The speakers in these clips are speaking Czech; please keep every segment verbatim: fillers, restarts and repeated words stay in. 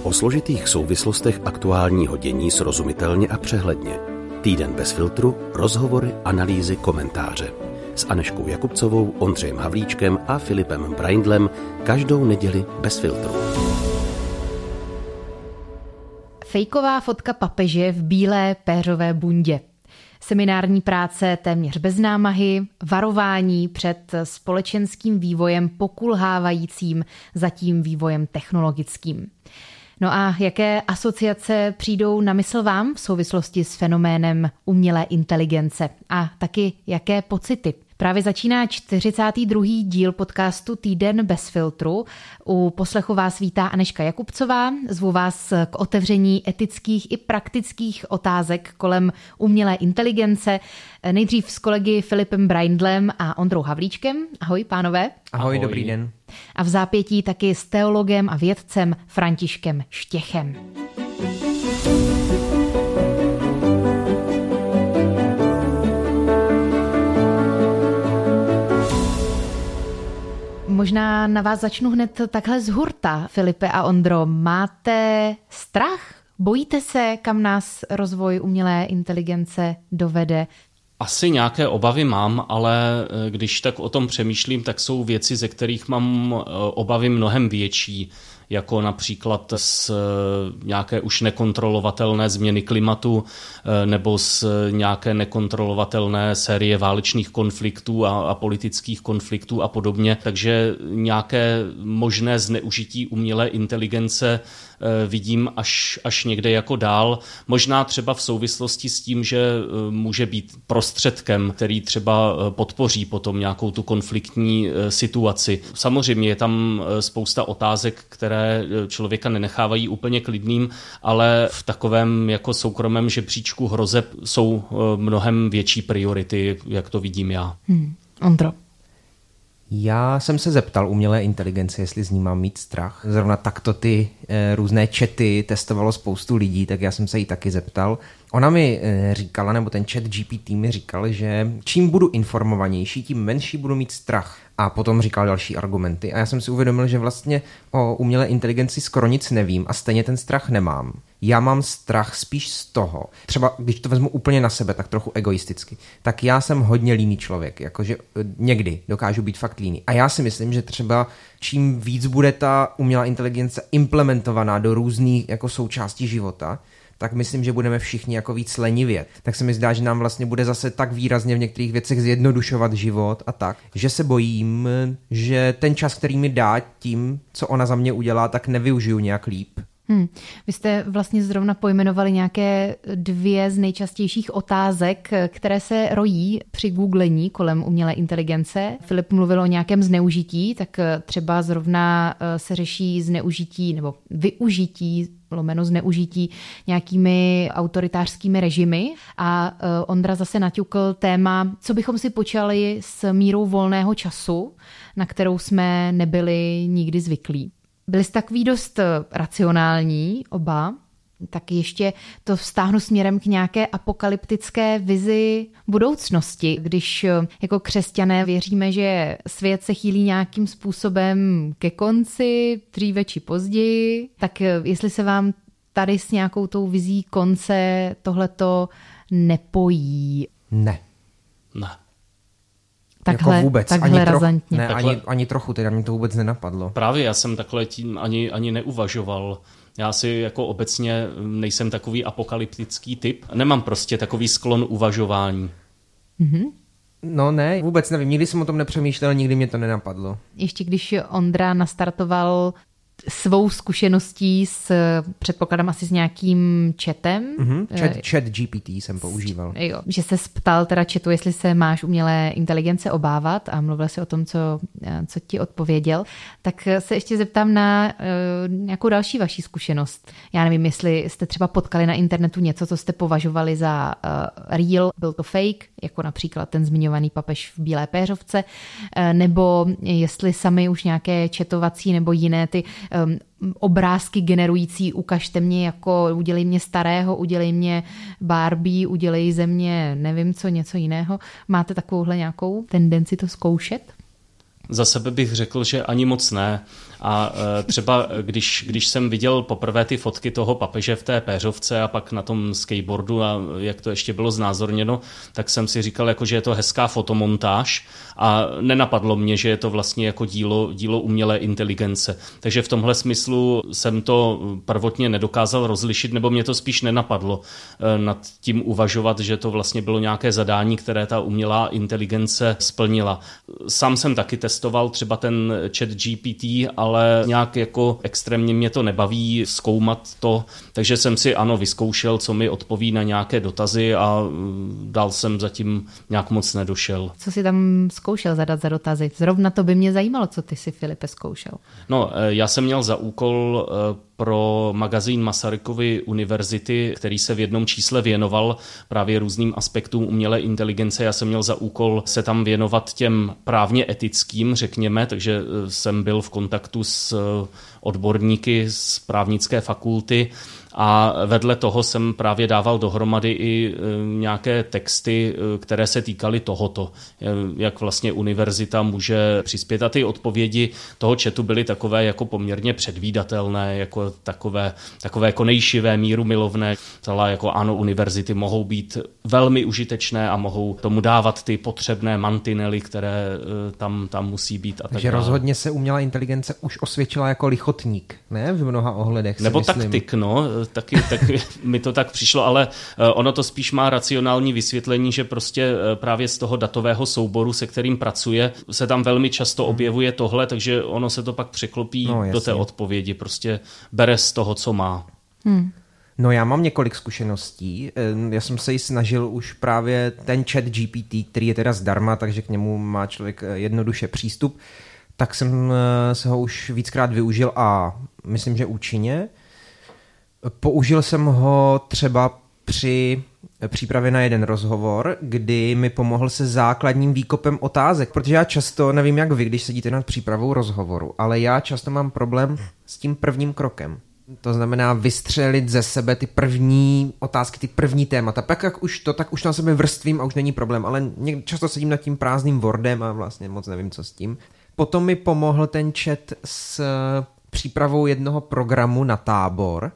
O složitých souvislostech aktuálního dění srozumitelně a přehledně. Týden bez filtru, rozhovory, analýzy, komentáře. S Anežkou Jakubcovou, Ondřejem Havlíčkem a Filipem Braindlem každou neděli bez filtru. Fejková fotka papeže v bílé péřové bundě. Seminární práce téměř bez námahy, varování před společenským vývojem pokulhávajícím za tím vývojem technologickým. No a jaké asociace přijdou na mysl vám v souvislosti s fenoménem umělé inteligence? A taky jaké pocity? Právě začíná čtyřicátý druhý díl podcastu Týden bez filtru. U poslechu vás vítá Anežka Jakubcová. Zvu vás k otevření etických i praktických otázek kolem umělé inteligence. Nejdřív s kolegy Filipem Braindlem a Ondrou Havlíčkem. Ahoj, pánové. Ahoj, Ahoj, dobrý den. A v zápětí taky s teologem a vědcem Františkem Štěchem. Možná na vás začnu hned takhle z hurta, Filipe a Ondro. Máte strach? Bojíte se, kam nás rozvoj umělé inteligence dovede? Asi nějaké obavy mám, ale když tak o tom přemýšlím, tak jsou věci, ze kterých mám obavy mnohem větší, jako například z nějaké už nekontrolovatelné změny klimatu nebo z nějaké nekontrolovatelné série válečných konfliktů a, a politických konfliktů a podobně. Takže nějaké možné zneužití umělé inteligence vidím až, až někde jako dál. Možná třeba v souvislosti s tím, že může být prostředkem, který třeba podpoří potom nějakou tu konfliktní situaci. Samozřejmě je tam spousta otázek, které člověka nenechávají úplně klidným, ale v takovém jako soukromém žebříčku hrozeb jsou mnohem větší priority, jak to vidím já. Hmm. Ondro. Já jsem se zeptal umělé inteligence, jestli z ní mám mít strach. Zrovna takto ty e, různé chaty testovalo spoustu lidí, tak já jsem se jí taky zeptal. Ona mi e, říkala, nebo ten chat G P T mi říkal, že čím budu informovanější, tím menší budu mít strach. A potom říkal další argumenty. A já jsem si uvědomil, že vlastně o umělé inteligenci skoro nic nevím a stejně ten strach nemám. Já mám strach spíš z toho, třeba když to vezmu úplně na sebe, tak trochu egoisticky, tak já jsem hodně líný člověk, jakože někdy dokážu být fakt líný. A já si myslím, že třeba čím víc bude ta umělá inteligence implementovaná do různých jako součástí života, tak myslím, že budeme všichni jako víc lenivět. Tak se mi zdá, že nám vlastně bude zase tak výrazně v některých věcech zjednodušovat život a tak, že se bojím, že ten čas, který mi dá tím, co ona za mě udělá, tak nevyužiju nějak líp. Hmm. Vy jste vlastně zrovna pojmenovali nějaké dvě z nejčastějších otázek, které se rojí při googlení kolem umělé inteligence. Filip mluvil o nějakém zneužití, tak třeba zrovna se řeší zneužití nebo využití lomeno zneužití nějakými autoritářskými režimy a Ondra zase naťukl téma, co bychom si počali s mírou volného času, na kterou jsme nebyli nikdy zvyklí. Byli jste takový dost racionální oba, tak ještě to vztáhnu směrem k nějaké apokalyptické vizi budoucnosti, když jako křesťané věříme, že svět se chýlí nějakým způsobem ke konci, dříve či později, tak jestli se vám tady s nějakou tou vizí konce tohleto nepojí? Ne. Ne. Takhle, jako vůbec, takhle ani razantně. Ne, takhle, ani, ani trochu, teda mě to vůbec nenapadlo. Právě já jsem takhle tím ani, ani neuvažoval. Já si jako obecně nejsem takový apokalyptický typ. Nemám prostě takový sklon uvažování. Mhm. No ne, vůbec nevím, nikdy jsem o tom nepřemýšlel, nikdy mě to nenapadlo. Ještě když Ondra nastartoval svou zkušeností s, předpokládám asi s nějakým chatem. Mm-hmm. Chat, chat G P T jsem používal. Jo, že se ptal teda chatu, jestli se máš umělé inteligence obávat a mluvil si o tom, co, co ti odpověděl. Tak se ještě zeptám na uh, nějakou další vaši zkušenost. Já nevím, jestli jste třeba potkali na internetu něco, co jste považovali za uh, real, byl to fake, jako například ten zmiňovaný papež v bílé péřovce, uh, nebo jestli sami už nějaké chatovací nebo jiné ty um, obrázky generující, ukažte mě, jako udělej mě starého, udělej mě Barbie, udělej ze mě nevím co, něco jiného. Máte takovouhle nějakou tendenci to zkoušet? Za sebe bych řekl, že ani moc ne. A třeba když, když jsem viděl poprvé ty fotky toho papeže v té péřovce a pak na tom skateboardu a jak to ještě bylo znázorněno, tak jsem si říkal, jako, že je to hezká fotomontáž a nenapadlo mě, že je to vlastně jako dílo, dílo umělé inteligence. Takže v tomhle smyslu jsem to prvotně nedokázal rozlišit, nebo mě to spíš nenapadlo nad tím uvažovat, že to vlastně bylo nějaké zadání, které ta umělá inteligence splnila. Sám jsem taky testoval třeba ten chat G P T, ale nějak jako extrémně mě to nebaví zkoumat to, takže jsem si ano vyzkoušel, co mi odpoví na nějaké dotazy a dál jsem zatím nějak moc nedošel. Co jsi tam zkoušel zadat za dotazy? Zrovna to by mě zajímalo, co ty si, Filipe, zkoušel. No, já jsem měl za úkol pro magazín Masarykovy univerzity, který se v jednom čísle věnoval právě různým aspektům umělé inteligence. Já jsem měl za úkol se tam věnovat těm právně etickým, řekněme, takže jsem byl v kontaktu s odborníky z právnické fakulty a vedle toho jsem právě dával dohromady i nějaké texty, které se týkaly tohoto, jak vlastně univerzita může přispět. A ty odpovědi toho chatu byly takové jako poměrně předvídatelné, jako takové, takové jako nejšivé, míru milovné. Celá jako ano, univerzity mohou být velmi užitečné a mohou tomu dávat ty potřebné mantinely, které tam, tam musí být. A Takže tak rozhodně se umělá inteligence už osvědčila jako lichotník, ne? V mnoha ohledech. Nebo myslím. taktik, no. Taky, taky mi to tak přišlo, ale ono to spíš má racionální vysvětlení, že prostě právě z toho datového souboru, se kterým pracuje, se tam velmi často objevuje tohle, takže ono se to pak překlopí no, do té odpovědi. Prostě bere z toho, co má. Hmm. No já mám několik zkušeností. Já jsem se jí snažil už právě ten chat G P T, který je teda zdarma, takže k němu má člověk jednoduše přístup, tak jsem se ho už víckrát využil a myslím, že účinně. Použil jsem ho třeba při přípravě na jeden rozhovor, kdy mi pomohl se základním výkopem otázek, protože já často, nevím jak vy, když sedíte nad přípravou rozhovoru, ale já často mám problém s tím prvním krokem. To znamená vystřelit ze sebe ty první otázky, ty první témata. Pak jak už to, tak už na sebe vrstvím a už není problém, ale často sedím nad tím prázdným Wordem a vlastně moc nevím, co s tím. Potom mi pomohl ten chat s přípravou jednoho programu na tábor,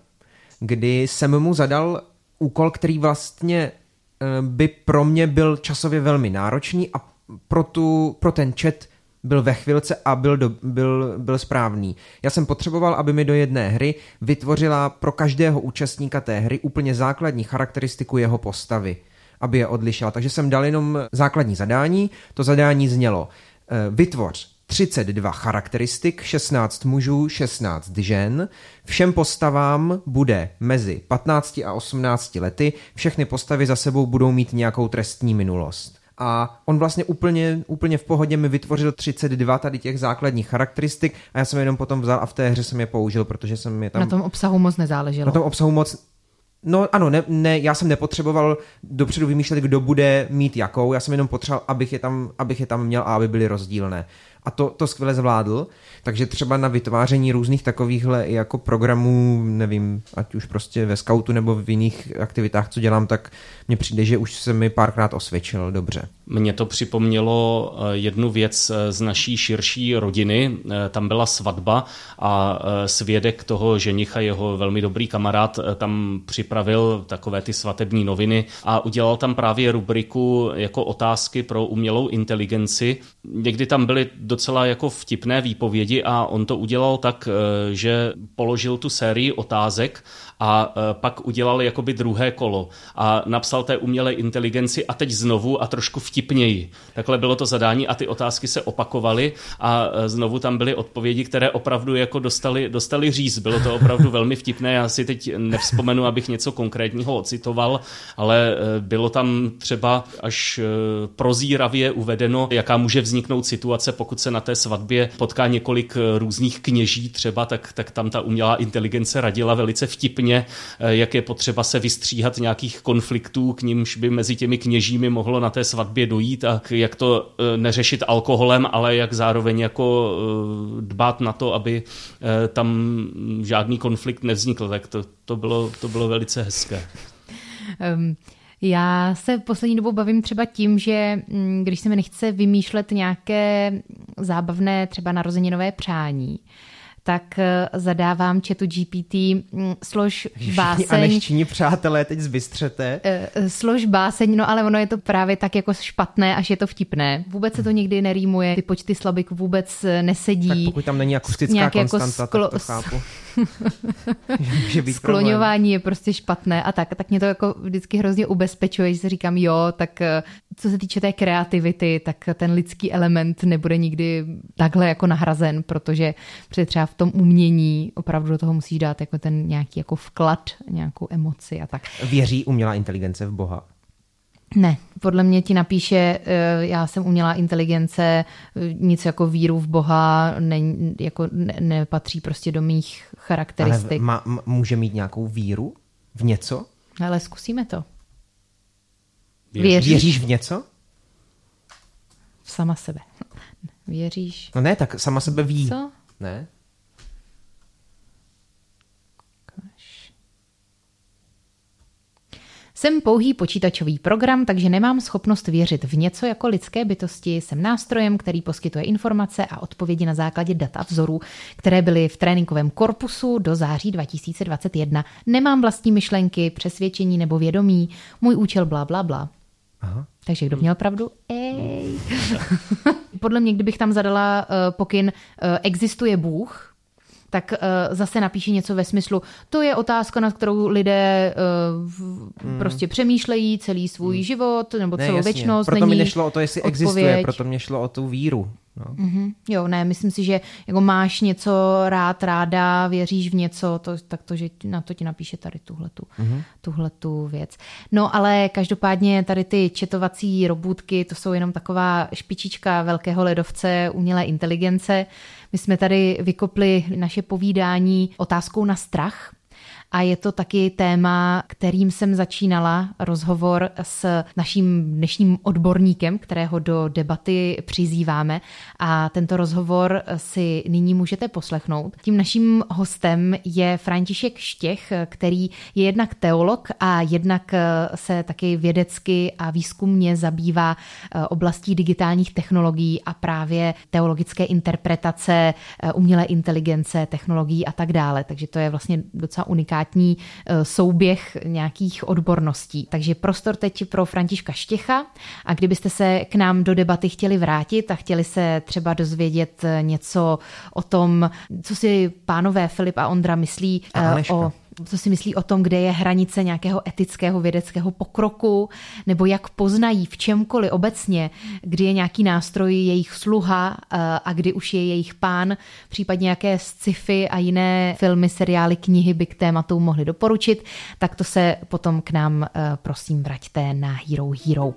kdy jsem mu zadal úkol, který vlastně by pro mě byl časově velmi náročný a pro, tu, pro ten chat byl ve chvilce a byl, do, byl, byl správný. Já jsem potřeboval, aby mi do jedné hry vytvořila pro každého účastníka té hry úplně základní charakteristiku jeho postavy, aby je odlišila. Takže jsem dal jenom základní zadání. To zadání znělo vytvoř třicet dva charakteristik, šestnáct mužů, šestnáct žen. Všem postavám bude mezi patnácti a osmnácti lety. Všechny postavy za sebou budou mít nějakou trestní minulost. A on vlastně úplně, úplně v pohodě mi vytvořil třicet dva tady těch základních charakteristik a já jsem je jenom potom vzal a v té hře jsem je použil, protože jsem je tam... Na tom obsahu moc nezáleželo. Na tom obsahu moc... No ano, ne, ne, já jsem nepotřeboval dopředu vymýšlet, kdo bude mít jakou, já jsem jenom potřeboval, abych je tam, abych je tam měl a aby byly rozdílné. A to, to skvěle zvládl, takže třeba na vytváření různých takovýchhle jako programů, nevím, ať už prostě ve skautu nebo v jiných aktivitách, co dělám, tak mně přijde, že už se mi párkrát osvědčil dobře. Mně to připomnělo jednu věc z naší širší rodiny. Tam byla svatba a svědek toho ženicha, jeho velmi dobrý kamarád, tam připravil takové ty svatební noviny a udělal tam právě rubriku jako otázky pro umělou inteligenci. Někdy tam byly docela jako vtipné výpovědi a on to udělal tak, že položil tu sérii otázek a pak udělal jakoby druhé kolo a napsal té umělé inteligenci a teď znovu a trošku vtipněji. Takhle bylo to zadání a ty otázky se opakovaly a znovu tam byly odpovědi, které opravdu jako dostali, dostali říz. Bylo to opravdu velmi vtipné. Já si teď nevzpomenu, abych něco konkrétního ocitoval, ale bylo tam třeba až prozíravě uvedeno, jaká může vzniknout situace, pokud se na té svatbě potká několik různých kněží třeba, tak, tak tam ta umělá inteligence radila velice vtipně, jak je potřeba se vystříhat nějakých konfliktů, k nímž by mezi těmi kněžími mohlo na té svatbě dojít a jak to neřešit alkoholem, ale jak zároveň jako dbát na to, aby tam žádný konflikt nevznikl. Tak to, to, bylo, to bylo velice hezké. Um. Já se poslední dobou bavím třeba tím, že když se mi nechce vymýšlet nějaké zábavné třeba narozeninové přání, tak zadávám chatu G P T slož báseň. Aneščini přátelé, teď zbystřete. Slož báseň, no ale ono je to právě tak jako špatné, až je to vtipné. Vůbec se to nikdy nerýmuje, ty počty slabik vůbec nesedí. Tak pokud tam není akustická konstanta, jako sklo... tak to chápu. Skloňování je prostě špatné a tak. Tak mě to jako vždycky hrozně ubezpečuje, že si říkám, jo, tak co se týče té kreativity, tak ten lidský element nebude nikdy takhle jako nahrazen, protože třeba v tom umění opravdu do toho musíš dát jako ten nějaký jako vklad, nějakou emoci a tak. Věří umělá inteligence v Boha? Ne, podle mě ti napíše, já jsem umělá inteligence, nic jako víru v Boha ne, jako ne, nepatří prostě do mých charakteristik. Ale má, může mít nějakou víru v něco? Ale zkusíme to. Věříš, Věříš v něco? Sama sebe. Věříš? No ne, tak sama sebe ví. Co? Ne? Jsem pouhý počítačový program, takže nemám schopnost věřit v něco jako lidské bytosti. Jsem nástrojem, který poskytuje informace a odpovědi na základě dat a vzorů, které byly v tréninkovém korpusu do září dva tisíce dvacet jedna. Nemám vlastní myšlenky, přesvědčení nebo vědomí. Můj účel blá, blá, blá. Aha. Takže kdo měl pravdu? Ej. Podle mě, kdybych tam zadala uh, pokyn uh, existuje Bůh, tak uh, zase napíše něco ve smyslu, to je otázka, nad kterou lidé uh, mm. prostě přemýšlejí celý svůj mm. život nebo ne, celou jasně. věčnost. Proto není mi nešlo o to, jestli odpověď. Existuje, proto mě šlo o tu víru. No. Mm-hmm. Jo, ne, myslím si, že jako máš něco rád, ráda, věříš v něco, to, tak to, že na to ti napíše tady tuhletu, mm-hmm. tuhletu věc. No ale každopádně tady ty četovací robůtky, to jsou jenom taková špičička velkého ledovce umělé inteligence. My jsme tady vykopli naše povídání otázkou na strach. A je to taky téma, kterým jsem začínala rozhovor s naším dnešním odborníkem, kterého do debaty přizýváme. A tento rozhovor si nyní můžete poslechnout. Tím naším hostem je František Štěch, který je jednak teolog a jednak se taky vědecky a výzkumně zabývá oblastí digitálních technologií a právě teologické interpretace umělé inteligence, technologií a tak dále. Takže to je vlastně docela unikátní souběh nějakých odborností. Takže prostor teď pro Františka Štěcha a kdybyste se k nám do debaty chtěli vrátit a chtěli se třeba dozvědět něco o tom, co si pánové Filip a Ondra myslí o co si myslí o tom, kde je hranice nějakého etického vědeckého pokroku, nebo jak poznají v čemkoliv obecně, kdy je nějaký nástroj jejich sluha a kdy už je jejich pán, případně jaké sci-fi a jiné filmy, seriály, knihy by k tématu mohli doporučit, tak to se potom k nám prosím vraťte na Hero Hero.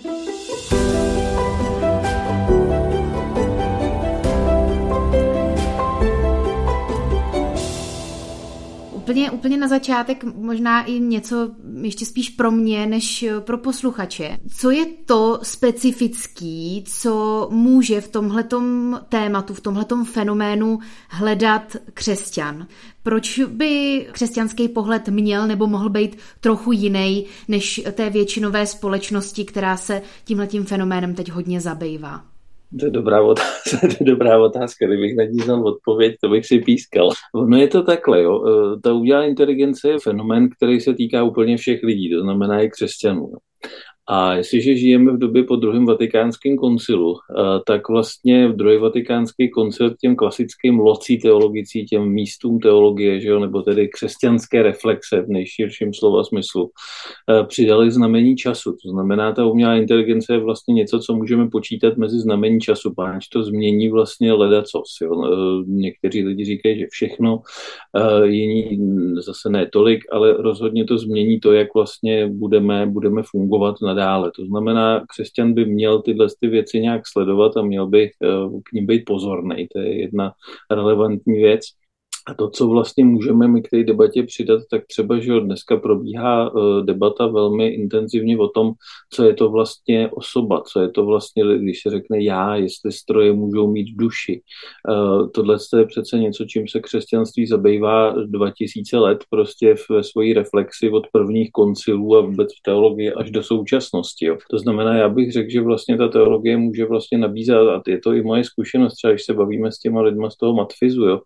Úplně, úplně na začátek možná i něco ještě spíš pro mě, než pro posluchače. Co je to specifický, co může v tomhletom tématu, v tomhletom fenoménu hledat křesťan? Proč by křesťanský pohled měl nebo mohl být trochu jiný než té většinové společnosti, která se tímhletím fenoménem teď hodně zabývá? To je dobrá otázka, to je dobrá otázka. Kdybych na ní znal odpověď, to bych si pískal. No je to takhle, jo. Ta umělá inteligence je fenomén, který se týká úplně všech lidí, to znamená i křesťanů. A jestliže žijeme v době po druhém vatikánském koncilu, tak vlastně druhý vatikánský koncil těm klasickým locí teologicí, těm místům teologie, že jo, nebo tedy křesťanské reflexe v nejširším slova smyslu, přidali znamení času. To znamená, ta umělá inteligence je vlastně něco, co můžeme počítat mezi znamení času, páč to změní vlastně ledacos. Jo. Někteří lidi říkají, že všechno, jiní zase ne tolik, ale rozhodně to změní to, jak vlastně budeme, budeme fungovat na dále. To znamená, křesťan by měl tyhle ty věci nějak sledovat a měl by k ním být pozorný. To je jedna relevantní věc. A to, co vlastně můžeme my k té debatě přidat, tak třeba, že dneska probíhá debata velmi intenzivně o tom, co je to vlastně osoba, co je to vlastně, když se řekne já, jestli stroje můžou mít duši. Tohle je přece něco, čím se křesťanství zabývá dva tisíce let prostě ve svojí reflexi od prvních koncilů a vůbec v teologii až do současnosti. Jo. To znamená, já bych řekl, že vlastně ta teologie může vlastně nabízet, a je to i moje zkušenost, třeba když se bavíme s těma lidma z toho matfizu, jo,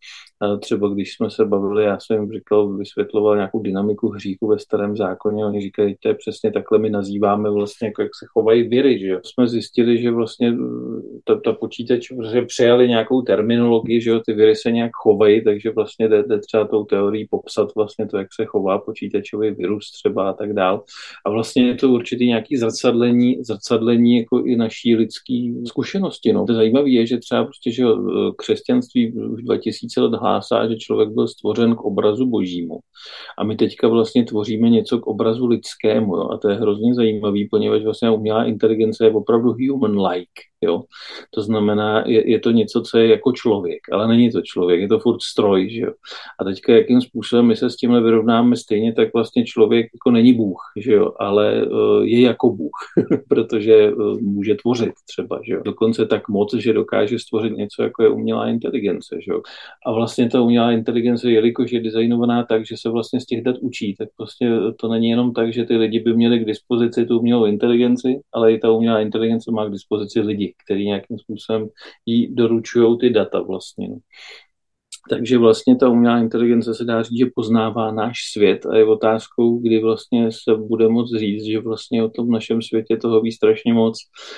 Třeba když jsme se bavili, já jsem jim říkal, vysvětloval nějakou dynamiku hříchu ve Starém zákoně, oni říkají, to je přesně takhle my nazýváme vlastně, jako jak se chovají viry, že jo. Jsme zjistili, že vlastně ta, ta počítač, protože přijali nějakou terminologii, že jo, ty viry se nějak chovají, takže vlastně jde, jde třeba tou teorií popsat vlastně to, jak se chová počítačový virus třeba a tak dál. A vlastně je to určitý nějaký zrcadlení, zrcadlení jako i naší lidský zkušenosti. No. To zajímavé je, že třeba prostě, že křesťanství už dva tisíce let hlásá, že člověk byl stvořen k obrazu božímu. A my teďka vlastně tvoříme něco k obrazu lidskému. Jo. A to je hrozně zajímavý, poněvadž vlastně umělá inteligence je opravdu human-like. Jo. To znamená, je, je to něco, co je jako člověk, ale není to člověk, je to furt stroj. Že jo. A teďka jakým způsobem my se s tímhle vyrovnáme stejně, tak vlastně člověk jako není Bůh, že jo, ale uh, je jako Bůh, protože uh, může tvořit třeba, že jo. Dokonce tak moc, že dokáže stvořit něco, jako je umělá inteligence, že jo. A vlastně ta umělá inteligence, jelikož je designovaná tak, že se vlastně z těch dat učí, tak prostě to není jenom tak, že ty lidi by měli k dispozici tu umělou inteligenci, ale i ta umělá inteligence má k dispozici lidi, který nějakým způsobem jí doručují ty data vlastně. No. Takže vlastně ta umělá inteligence se dá říct, že poznává náš svět a je otázkou, kdy vlastně se bude moct říct, že vlastně o tom našem světě toho ví strašně moc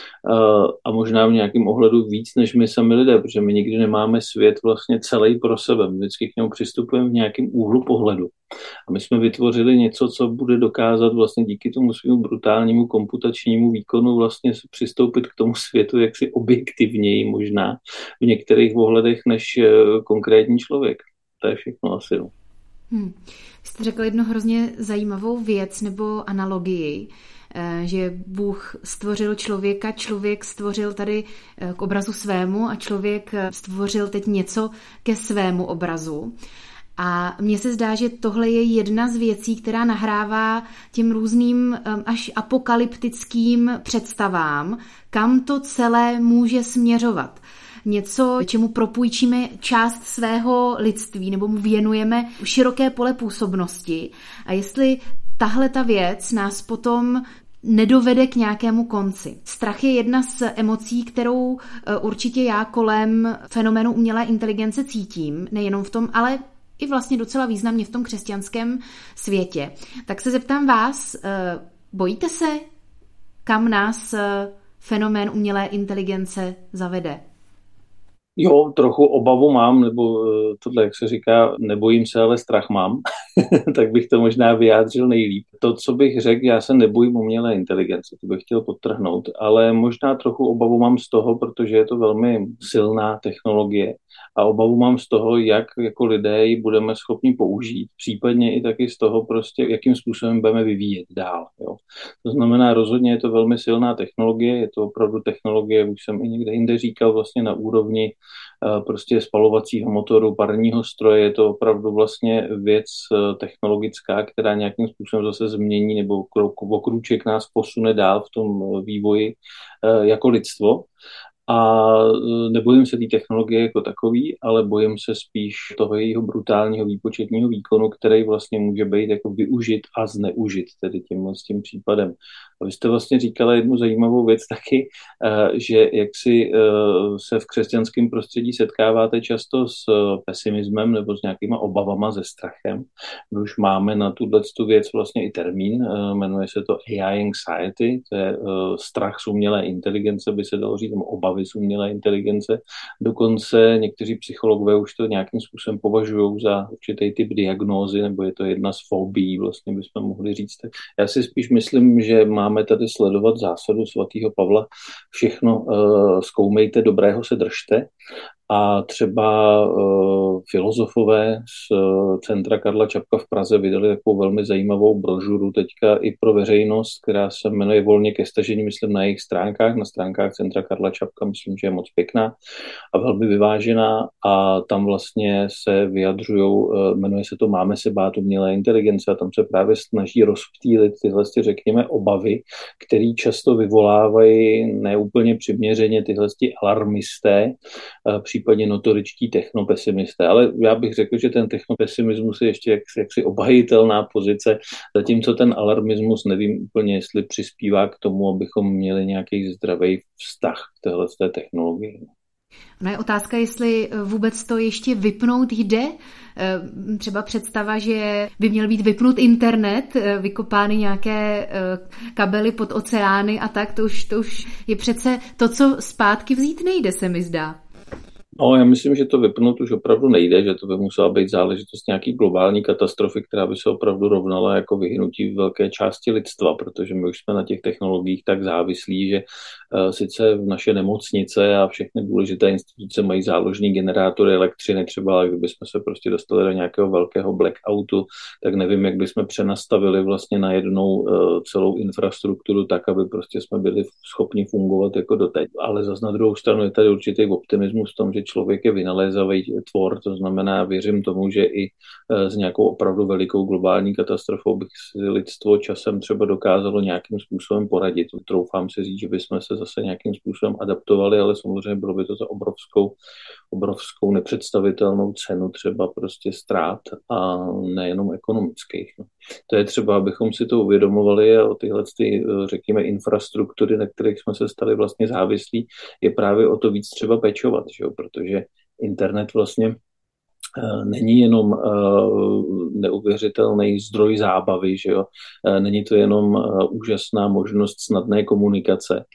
a možná v nějakém ohledu víc, než my sami lidé, protože my nikdy nemáme svět vlastně celý pro sebe. My vždycky k němu přistupujeme v nějakém úhlu pohledu. A my jsme vytvořili něco, co bude dokázat vlastně díky tomu svému brutálnímu komputačnímu výkonu vlastně přistoupit k tomu světu jaksi objektivněji možná v některých ohledech než konkrétní člověk. To je všechno asi. No. Hmm. Vy jste řekl jednu hrozně zajímavou věc nebo analogii, že Bůh stvořil člověka, člověk stvořil tady k obrazu svému a člověk stvořil teď něco ke svému obrazu. A mně se zdá, že tohle je jedna z věcí, která nahrává těm různým až apokalyptickým představám, kam to celé může směřovat. Něco, čemu propůjčíme část svého lidství nebo mu věnujeme široké pole působnosti. A jestli tahle ta věc nás potom nedovede k nějakému konci. Strach je jedna z emocí, kterou určitě já kolem fenoménu umělé inteligence cítím, nejenom v tom, ale i vlastně docela významně v tom křesťanském světě. Tak se zeptám vás, bojíte se, kam nás fenomén umělé inteligence zavede? Jo, trochu obavu mám, nebo tohle, jak se říká, nebojím se, ale strach mám, tak bych to možná vyjádřil nejlíp. To, co bych řekl, já se nebojím umělé inteligence, to bych chtěl podtrhnout, ale možná trochu obavu mám z toho, protože je to velmi silná technologie a obavu mám z toho, jak jako lidé ji budeme schopni použít, případně i taky z toho prostě, jakým způsobem budeme vyvíjet dál. Jo. To znamená, rozhodně je to velmi silná technologie, je to opravdu technologie, už jsem i někde jinde říkal, vlastně na úrovni prostě spalovacího motoru, parního stroje, je to opravdu vlastně věc technologická, která nějakým způsobem zase změní nebo o krůček nás posune dál v tom vývoji jako lidstvo. A nebojím se té technologie jako takový, ale bojím se spíš toho jejího brutálního výpočetního výkonu, který vlastně může být jako využit a zneužit tedy tímhle s tím případem. A vy jste vlastně říkala jednu zajímavou věc taky, že jak si se v křesťanském prostředí setkáváte často s pesimismem nebo s nějakýma obavama, ze strachem. My už máme na tuto věc vlastně i termín, jmenuje se to A I anxiety, to je strach z umělé inteligence, by se dalo říct, obavy z umělé inteligence. Dokonce někteří psychologové už to nějakým způsobem považují za určitý typ diagnózy, nebo je to jedna z fobií, vlastně bychom mohli říct. Tak já si spíš myslím, že máme tady sledovat zásadu svatého Pavla, všechno uh, zkoumejte, dobrého se držte. A třeba uh, filozofové z uh, Centra Karla Čapka v Praze vydali takovou velmi zajímavou brožuru teďka i pro veřejnost, která se jmenuje Volně ke stažení, myslím na jejich stránkách, na stránkách Centra Karla Čapka, myslím, že je moc pěkná a velmi vyvážená a tam vlastně se vyjadřujou, uh, jmenuje se to Máme se bát umělé inteligence a tam se právě snaží rozptýlit tyhle, řekněme, obavy, které často vyvolávají neúplně přiměřeně tyhle alarmisté, uh, případně notoričtí technopesimisté. Ale já bych řekl, že ten technopesimismus je ještě jaksi, jaksi obhajitelná pozice, zatímco ten alarmismus nevím úplně, jestli přispívá k tomu, abychom měli nějaký zdravý vztah k téhle technologii. Ona je otázka, jestli vůbec to ještě vypnout jde. Třeba představa, že by měl být vypnut internet, vykopány nějaké kabely pod oceány a tak, to už, to už je přece to, co zpátky vzít nejde, se mi zdá. No, já myslím, že to vypnout už opravdu nejde, že to by musela být záležitost nějaký globální katastrofy, která by se opravdu rovnala jako vyhnutí velké části lidstva, protože my už jsme na těch technologiích tak závislí, že uh, sice v naše nemocnice a všechny důležité instituce mají záložní generátory elektřiny třeba, ale kdybychom se prostě dostali do nějakého velkého blackoutu, tak nevím, jak bychom přenastavili vlastně najednou uh, celou infrastrukturu tak, aby prostě jsme byli schopni fungovat jako doteď. Ale zas na druhou stranu je tady určitý optimismus v tom, že člověk je vynalézavý tvor, to znamená, věřím tomu, že i s nějakou opravdu velikou globální katastrofou bych si lidstvo časem třeba dokázalo nějakým způsobem poradit. Troufám si říct, že bychom se zase nějakým způsobem adaptovali, ale samozřejmě bylo by to za obrovskou, obrovskou nepředstavitelnou cenu třeba prostě ztrát a nejenom ekonomických. No. To je třeba, abychom si to uvědomovali a o tyhle, řekněme, infrastruktury, na kterých jsme se stali vlastně závislí, je právě o to víc třeba pečovat, že jo? Protože internet vlastně není jenom uh, neuvěřitelný zdroj zábavy, že jo? Není to jenom uh, úžasná možnost snadné komunikace,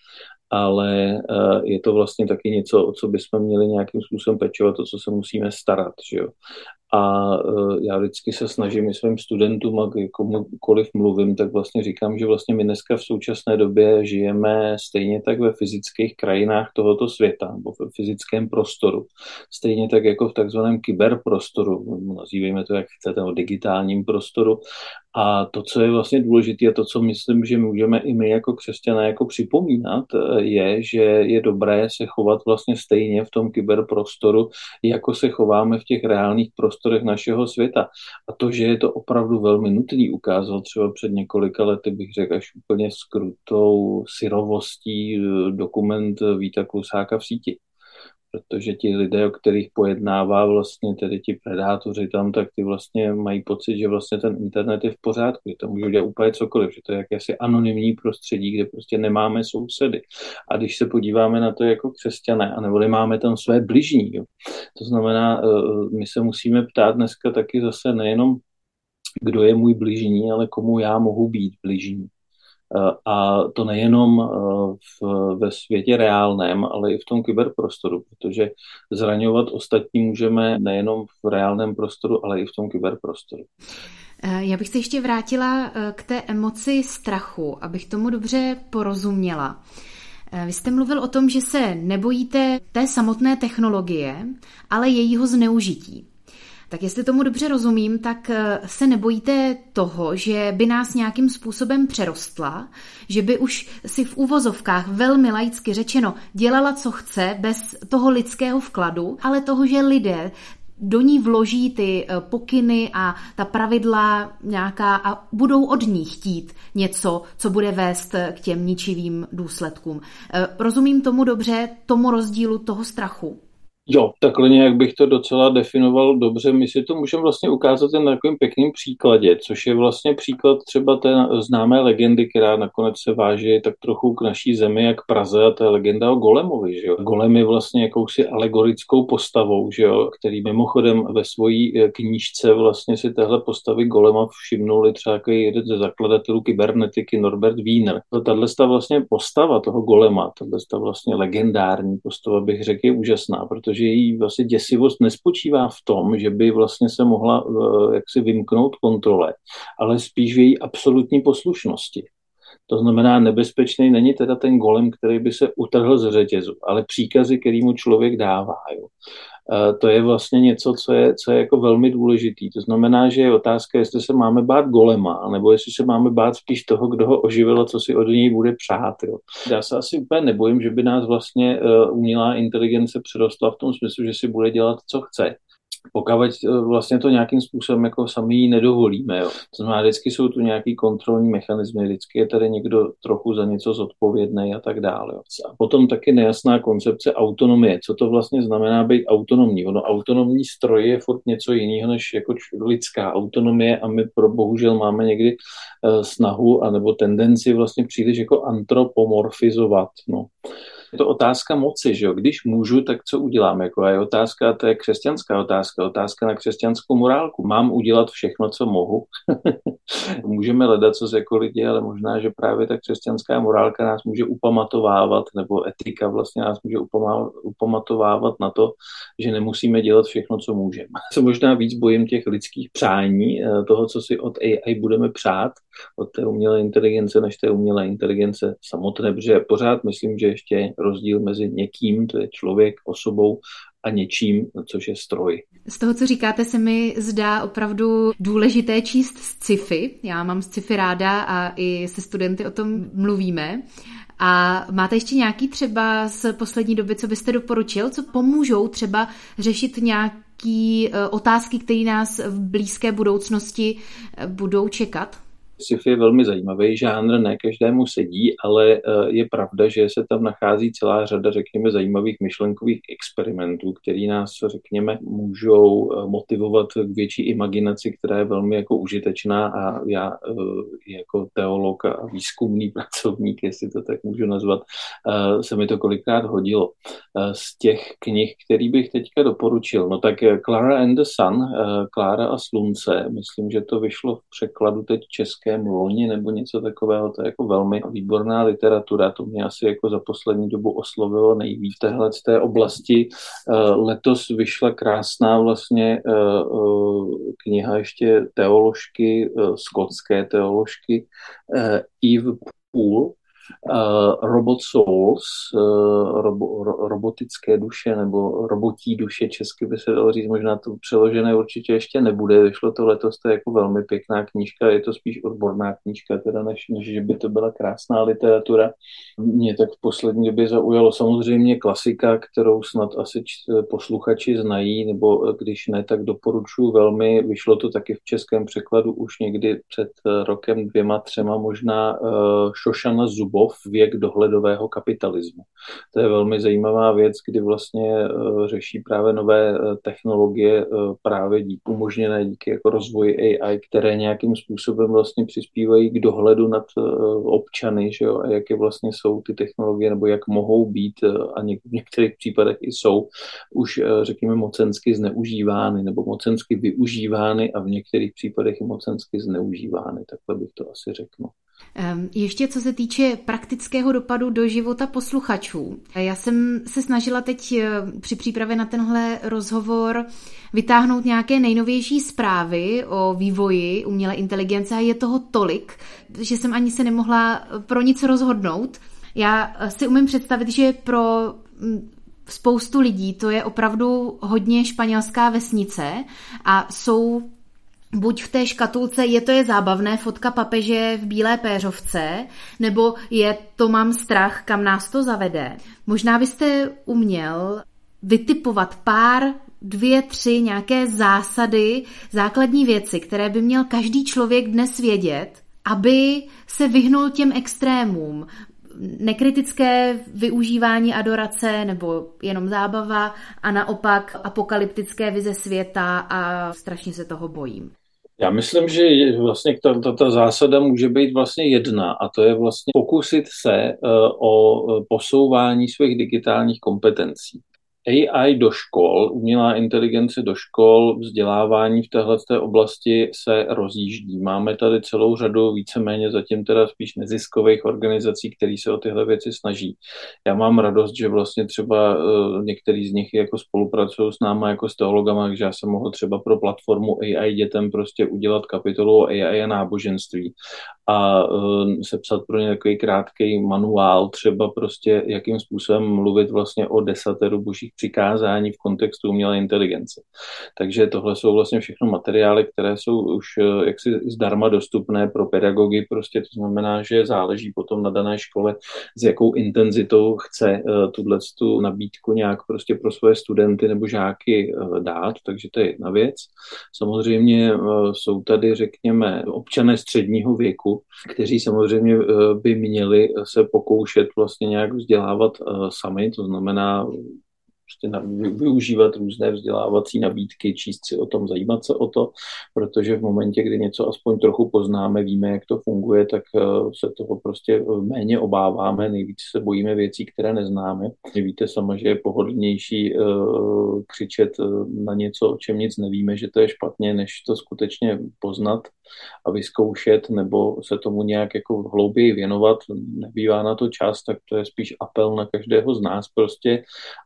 ale uh, je to vlastně taky něco, o co bychom měli nějakým způsobem pečovat, o co se musíme starat, že jo? A uh, já vždycky se snažím i svým studentům, a komukoliv mluvím, tak vlastně říkám, že vlastně my dneska v současné době žijeme stejně tak ve fyzických krajinách tohoto světa, nebo ve fyzickém prostoru. Stejně tak jako v takzvaném kyberprostoru, nazývejme to jak chcete, o digitálním prostoru. A to, co je vlastně důležité a to, co myslím, že můžeme i my jako křesťané jako připomínat, je, že je dobré se chovat vlastně stejně v tom kyberprostoru, jako se chováme v těch reálných prostorech našeho světa. A to, že je to opravdu velmi nutný, ukázal třeba před několika lety, bych řekl, až úplně skrutou syrovostí dokument Víta Klusáka v síti. Protože ti lidé, o kterých pojednává vlastně tedy ti predátoři tam, tak ty vlastně mají pocit, že vlastně ten internet je v pořádku, že to můžou dělat úplně cokoliv, že to je jakési anonymní prostředí, kde prostě nemáme sousedy. A když se podíváme na to jako křesťané, anebo nemáme tam své bližní, jo. To znamená, my se musíme ptát dneska taky zase nejenom, kdo je můj bližní, ale komu já mohu být bližní. A to nejenom v, ve světě reálném, ale i v tom kyberprostoru, protože zraňovat ostatní můžeme nejenom v reálném prostoru, ale i v tom kyberprostoru. Já bych se ještě vrátila k té emoci strachu, abych tomu dobře porozuměla. Vy jste mluvil o tom, že se nebojíte té samotné technologie, ale jejího zneužití. Tak jestli tomu dobře rozumím, tak se nebojíte toho, že by nás nějakým způsobem přerostla, že by už si v uvozovkách velmi laicky řečeno dělala, co chce, bez toho lidského vkladu, ale toho, že lidé do ní vloží ty pokyny a ta pravidla nějaká a budou od ní chtít něco, co bude vést k těm ničivým důsledkům. Rozumím tomu dobře, tomu rozdílu toho strachu? Jo, takhle nějak bych to docela definoval dobře. My si to můžeme vlastně ukázat jen na takovým pěkným příkladě, což je vlastně příklad třeba té známé legendy, která nakonec se váží tak trochu k naší zemi, jak Praze, a to je legenda o Golemovi. Že jo? Golem je vlastně jakousi alegorickou postavou, že jo? Který mimochodem ve svojí knížce vlastně si téhle postavy Golema všimnuli třeba jako jeden ze zakladatelů kybernetiky Norbert Wiener. Tato vlastně postava toho Golema, tato vlastně legendární postava, bych řekl, je úžasná, protože že její vlastně děsivost nespočívá v tom, že by vlastně se mohla uh, jaksi vymknout kontrole, ale spíš v její absolutní poslušnosti. To znamená, nebezpečný není teda ten golem, který by se utrhl z řetězu, ale příkazy, který mu člověk dává. Jo. Uh, to je vlastně něco, co je, co je jako velmi důležitý. To znamená, že je otázka, jestli se máme bát golema, nebo jestli se máme bát spíš toho, kdo ho oživil a co si od něj bude přát. Jo. Já se asi úplně nebojím, že by nás vlastně uh, umělá inteligence přerostla v tom smyslu, že si bude dělat, co chce. Pokud vlastně to nějakým způsobem jako sami jí nedovolíme. Jo. To znamená, vždycky jsou tu nějaký kontrolní mechanismy, vždycky je tady někdo trochu za něco zodpovědný a tak dále. Jo. A potom taky nejasná koncepce autonomie. Co to vlastně znamená být autonomní? Ono autonomní stroj je furt něco jiného než jako lidská autonomie a my pro bohužel máme někdy uh, snahu anebo tendenci vlastně příliš jako antropomorfizovat. No. Je to otázka moci, že jo? Když můžu, tak co udělám? Jako je otázka, to je křesťanská otázka, otázka na křesťanskou morálku. Mám udělat všechno, co mohu? Můžeme hledat co jako lidi, ale možná, že právě ta křesťanská morálka nás může upamatovávat, nebo etika vlastně nás může upamatovávat na to, že nemusíme dělat všechno, co můžeme. Se možná víc bojím těch lidských přání, toho, co si od A I budeme přát, od té umělé inteligence, než té umělé inteligence samotné, protože pořád myslím, že ještě je rozdíl mezi někým, to je člověk, osobou, a něčím, což je stroj. Z toho, co říkáte, se mi zdá opravdu důležité číst sci-fi. Já mám sci-fi ráda a i se studenty o tom mluvíme. A máte ještě nějaký třeba z poslední doby, co byste doporučil, co pomůžou třeba řešit nějaké otázky, které nás v blízké budoucnosti budou čekat? Sci-fi je velmi zajímavý žánr, ne každému sedí, ale je pravda, že se tam nachází celá řada, řekněme, zajímavých myšlenkových experimentů, které nás, řekněme, můžou motivovat k větší imaginaci, která je velmi jako užitečná a já jako teolog a výzkumný pracovník, jestli to tak můžu nazvat, se mi to kolikrát hodilo. Z těch knih, který bych teďka doporučil, no tak Clara and the Sun, Klára a slunce, myslím, že to vyšlo v překladu teď české loni nebo něco takového, to je jako velmi výborná literatura, to mě asi jako za poslední dobu oslovilo nejvíc v téhle z té oblasti. Letos vyšla krásná vlastně kniha ještě teoložky, skotské teoložky Eve Poole, Uh, Robot Souls, uh, robo, ro, robotické duše nebo robotí duše, česky by se dalo říct, možná to přeložené určitě ještě nebude, vyšlo to letos, to je jako velmi pěkná knížka, je to spíš odborná knížka, teda než, než že by to byla krásná literatura. Mě tak v poslední době zaujalo samozřejmě klasika, kterou snad asi posluchači znají, nebo když ne, tak doporučuji velmi, vyšlo to taky v českém překladu už někdy před rokem, dvěma, třema možná, uh, Shoshana Zuboff, Věk dohledového kapitalismu. To je velmi zajímavá věc, kdy vlastně uh, řeší právě nové uh, technologie uh, právě díky umožněné díky jako rozvoji A I, které nějakým způsobem vlastně přispívají k dohledu nad uh, občany, že jo, a jaké vlastně jsou ty technologie, nebo jak mohou být uh, a něk- v některých případech i jsou už, uh, řekněme, mocensky zneužívány nebo mocensky využívány a v některých případech i mocensky zneužívány. Takhle bych to asi řekl. Ještě co se týče praktického dopadu do života posluchačů. Já jsem se snažila teď při přípravě na tenhle rozhovor vytáhnout nějaké nejnovější zprávy o vývoji umělé inteligence a je toho tolik, že jsem ani se nemohla pro nic rozhodnout. Já si umím představit, že pro spoustu lidí to je opravdu hodně španělská vesnice a jsou buď v té škatulce je to je zábavné, fotka papeže v bílé péřovce, nebo je to mám strach, kam nás to zavede. Možná byste uměl vytipovat pár, dvě, tři nějaké zásady, základní věci, které by měl každý člověk dnes vědět, aby se vyhnul těm extrémům. Nekritické využívání adorace nebo jenom zábava a naopak apokalyptické vize světa a strašně se toho bojím. Já myslím, že vlastně ta, ta, ta zásada může být vlastně jedna a to je vlastně pokusit se uh, o posouvání svých digitálních kompetencí. A I do škol, umělá inteligence do škol, vzdělávání v téhleté oblasti se rozjíždí. Máme tady celou řadu víceméně zatím teda spíš neziskových organizací, které se o tyhle věci snaží. Já mám radost, že vlastně třeba uh, některý z nich jako spolupracují s náma jako s teologama, takže já jsem mohl třeba pro platformu A I dětem prostě udělat kapitolu A I a náboženství a uh, sepsat pro ně takový krátký manuál, třeba prostě jakým způsobem mluvit vlastně o desateru božích přikázání v kontextu umělé inteligence. Takže tohle jsou vlastně všechno materiály, které jsou už uh, jaksi zdarma dostupné pro pedagogy, prostě to znamená, že záleží potom na dané škole, s jakou intenzitou chce uh, tuto nabídku nějak prostě pro svoje studenty nebo žáky uh, dát, takže to je jedna věc. Samozřejmě uh, jsou tady, řekněme, občané středního věku, kteří samozřejmě by měli se pokoušet vlastně nějak vzdělávat sami, to znamená prostě využívat různé vzdělávací nabídky, číst si o tom, zajímat se o to, protože v momentě, kdy něco aspoň trochu poznáme, víme, jak to funguje, tak se toho prostě méně obáváme, nejvíc se bojíme věcí, které neznáme. Víte sama, že je pohodlnější uh, křičet na něco, o čem nic nevíme, že to je špatně, než to skutečně poznat a vyzkoušet, nebo se tomu nějak jako hlouběji věnovat. Nebývá na to čas, tak to je spíš apel na každého z nás prostě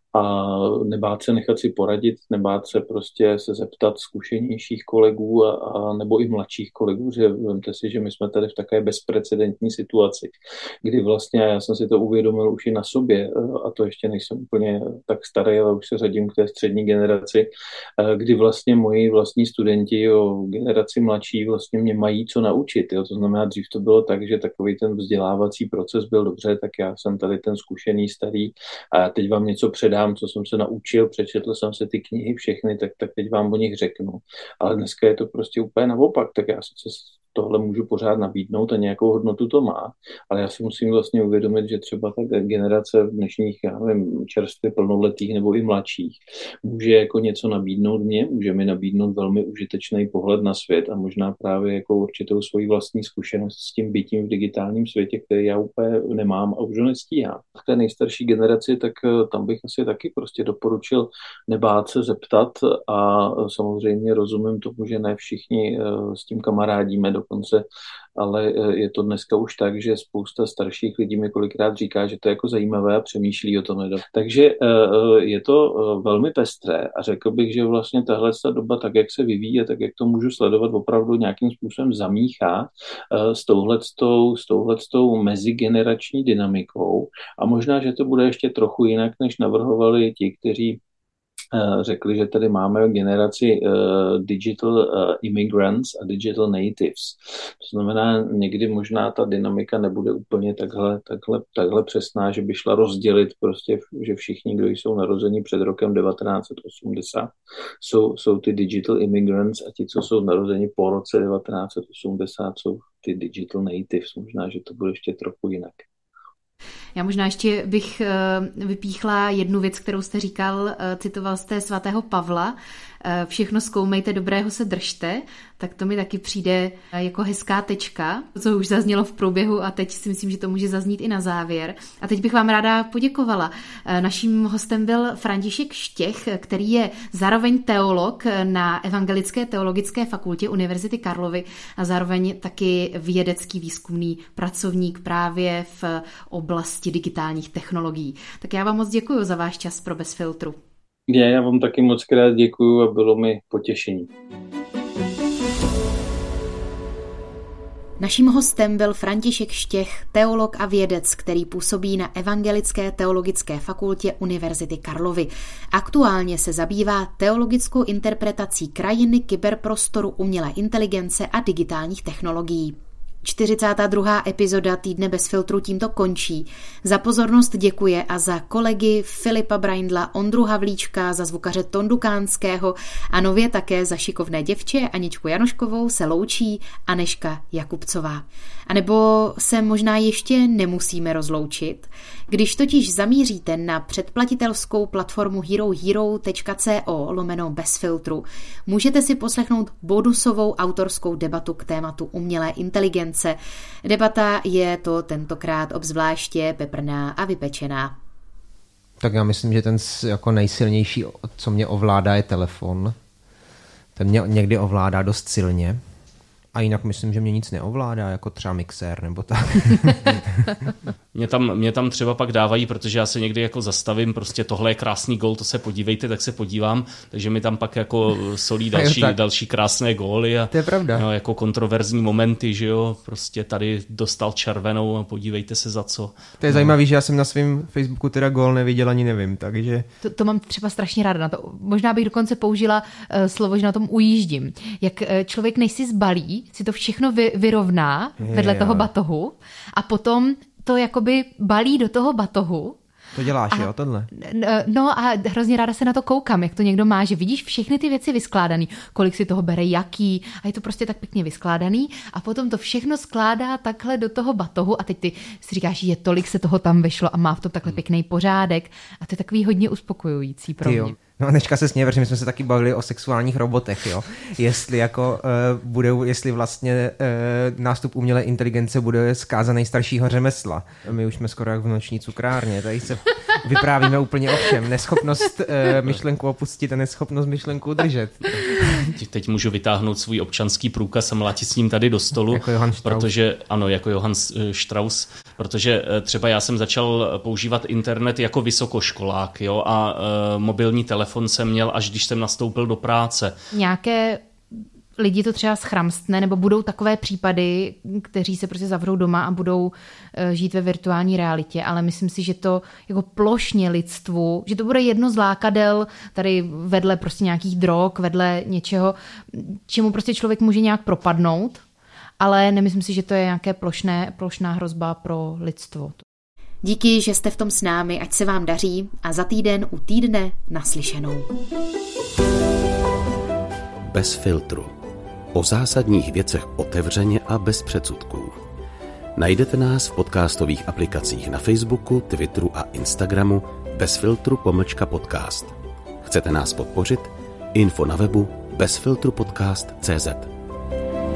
a nebát se nechat si poradit, nebát se prostě se zeptat zkušenějších kolegů a, a nebo i mladších kolegů, že vemte si, že my jsme tady v takové bezprecedentní situaci, kdy vlastně, já jsem si to uvědomil už i na sobě, a to ještě nejsem úplně tak starý, ale už se řadím k té střední generaci, kdy vlastně moji vlastní studenti o generaci mladší vlastně mě mají co naučit. Jo? To znamená, dřív to bylo tak, že takový ten vzdělávací proces byl dobře, tak já jsem tady ten zkušený starý a teď vám něco předám, co jsem se naučil, přečetl jsem se ty knihy všechny, tak, tak teď vám o nich řeknu. Ale dneska je to prostě úplně naopak, tak já sice tohle můžu pořád nabídnout a nějakou hodnotu to má, ale já si musím vlastně uvědomit, že třeba ta generace dnešních, já nevím, čerstvě plnoletých nebo i mladších může jako něco nabídnout mě, může mi nabídnout velmi užitečný pohled na svět a možná právě jako určitou svoji vlastní zkušenost s tím bytím v digitálním světě, který já úplně nemám a už ho nestíhám. V té nejstarší generaci, tak tam bych asi taky prostě doporučil nebát se zeptat a samozřejmě rozumím tomu, že ne všichni s tím kamarádíme dokonce, ale je to dneska už tak, že spousta starších lidí mi kolikrát říká, že to je jako zajímavé a přemýšlí o tom. Takže je to velmi pestré a řekl bych, že vlastně tahle doba, tak jak se vyvíje, tak jak to můžu sledovat, opravdu nějakým způsobem zamíchá s touhletou, s touhletou mezigenerační dynamikou a možná, že to bude ještě trochu jinak, než navrhovali ti, kteří řekli, že tady máme generaci uh, digital uh, immigrants a digital natives. To znamená, někdy možná ta dynamika nebude úplně takhle, takhle, takhle přesná, že by šla rozdělit prostě, že všichni, kdo jsou narozeni před rokem devatenáct set osmdesát, jsou, jsou ty digital immigrants a ti, co jsou narozeni po roce devatenáct set osmdesát, jsou ty digital natives. Možná, že to bude ještě trochu jinak. Já možná ještě bych vypíchla jednu věc, kterou jste říkal, citoval jste svatého Pavla, všechno zkoumejte, dobrého se držte, tak to mi taky přijde jako hezká tečka, co už zaznělo v průběhu a teď si myslím, že to může zaznít i na závěr. A teď bych vám ráda poděkovala. Naším hostem byl František Štěch, který je zároveň teolog na Evangelické teologické fakultě Univerzity Karlovy a zároveň taky vědecký výzkumný pracovník právě v oblasti digitálních technologií. Tak já vám moc děkuji za váš čas pro Bez filtru. Já, já vám taky moc krát děkuju a bylo mi potěšení. Naším hostem byl František Štěch, teolog a vědec, který působí na Evangelické teologické fakultě Univerzity Karlovy. Aktuálně se zabývá teologickou interpretací krajiny, kyberprostoru, umělé inteligence a digitálních technologií. čtyřicátá druhá epizoda Týdne bez filtru tímto končí. Za pozornost děkuje a za kolegy Filipa Braindla, Ondru Havlíčka, za zvukaře Tondu Kánského a nově také za šikovné děvče Aničku Janoškovou se loučí Anežka Jakubcová. A nebo se možná ještě nemusíme rozloučit. Když totiž zamíříte na předplatitelskou platformu herohero tečka co lomeno bez filtru, můžete si poslechnout bonusovou autorskou debatu k tématu umělé inteligence. Debata je to tentokrát obzvláště peprná a vypečená. Tak já myslím, že ten jako nejsilnější, co mě ovládá, je telefon. Ten mě někdy ovládá dost silně. A jinak myslím, že mě nic neovládá, jako třeba mixér nebo tak. mě, tam, mě tam třeba pak dávají, protože já se někdy jako zastavím, prostě tohle je krásný gól, to se podívejte, tak se podívám, takže mi tam pak jako solí další, další krásné góly a to je pravda. No, jako kontroverzní momenty, že jo, prostě tady dostal červenou a podívejte se za co. To je no. Zajímavý, že já jsem na svém Facebooku teda gól neviděl ani nevím, takže... To, to mám třeba strašně ráda na to. Možná bych dokonce použila uh, slovo, že na tom ujíždím. Jak uh, člověk než si zbalí, si to všechno vy, vyrovná je, vedle jo. toho batohu a potom to jakoby balí do toho batohu To děláš, a, jo, tohle? No a hrozně ráda se na to koukám, jak to někdo má, že vidíš všechny ty věci vyskládaný, kolik si toho bere, jaký, a je to prostě tak pěkně vyskládaný a potom to všechno skládá takhle do toho batohu a teď ty si říkáš, je tolik se toho tam vešlo a má v tom takhle pěkný pořádek a to je takový hodně uspokojující pro mě. No a Aneška se směje, protože my jsme se taky bavili o sexuálních robotech, jo. Jestli jako uh, budou, jestli vlastně uh, nástup umělé inteligence bude zkázaný staršího řemesla. My už jsme skoro jak v noční cukrárně, tady se vyprávíme úplně o všem. Neschopnost uh, myšlenku opustit a neschopnost myšlenku udržet. Teď můžu vytáhnout svůj občanský průkaz a mlátit s ním tady do stolu. Jako Johann Strauss. Protože, ano, jako Johann Strauss, protože třeba já jsem začal používat internet jako vysokoškolák, jo, a uh, mobilní telefon jsem měl, až když jsem nastoupil do práce. Nějaké lidi to třeba schramstne, nebo budou takové případy, kteří se prostě zavřou doma a budou žít ve virtuální realitě, ale myslím si, že to jako plošně lidstvu, že to bude jedno z lákadel tady vedle prostě nějakých drog, vedle něčeho, čemu prostě člověk může nějak propadnout, ale nemyslím si, že to je nějaké plošné, plošná hrozba pro lidstvo. Díky, že jste v tom s námi, ať se vám daří a za týden u týdne naslyšenou. Bez filtru. O zásadních věcech otevřeně a bez předsudků. Najdete nás v podcastových aplikacích na Facebooku, Twitteru a Instagramu bez filtru pomlčka podcast. Chcete nás podpořit? Info na webu bezfiltrupodcast tečka cé zet.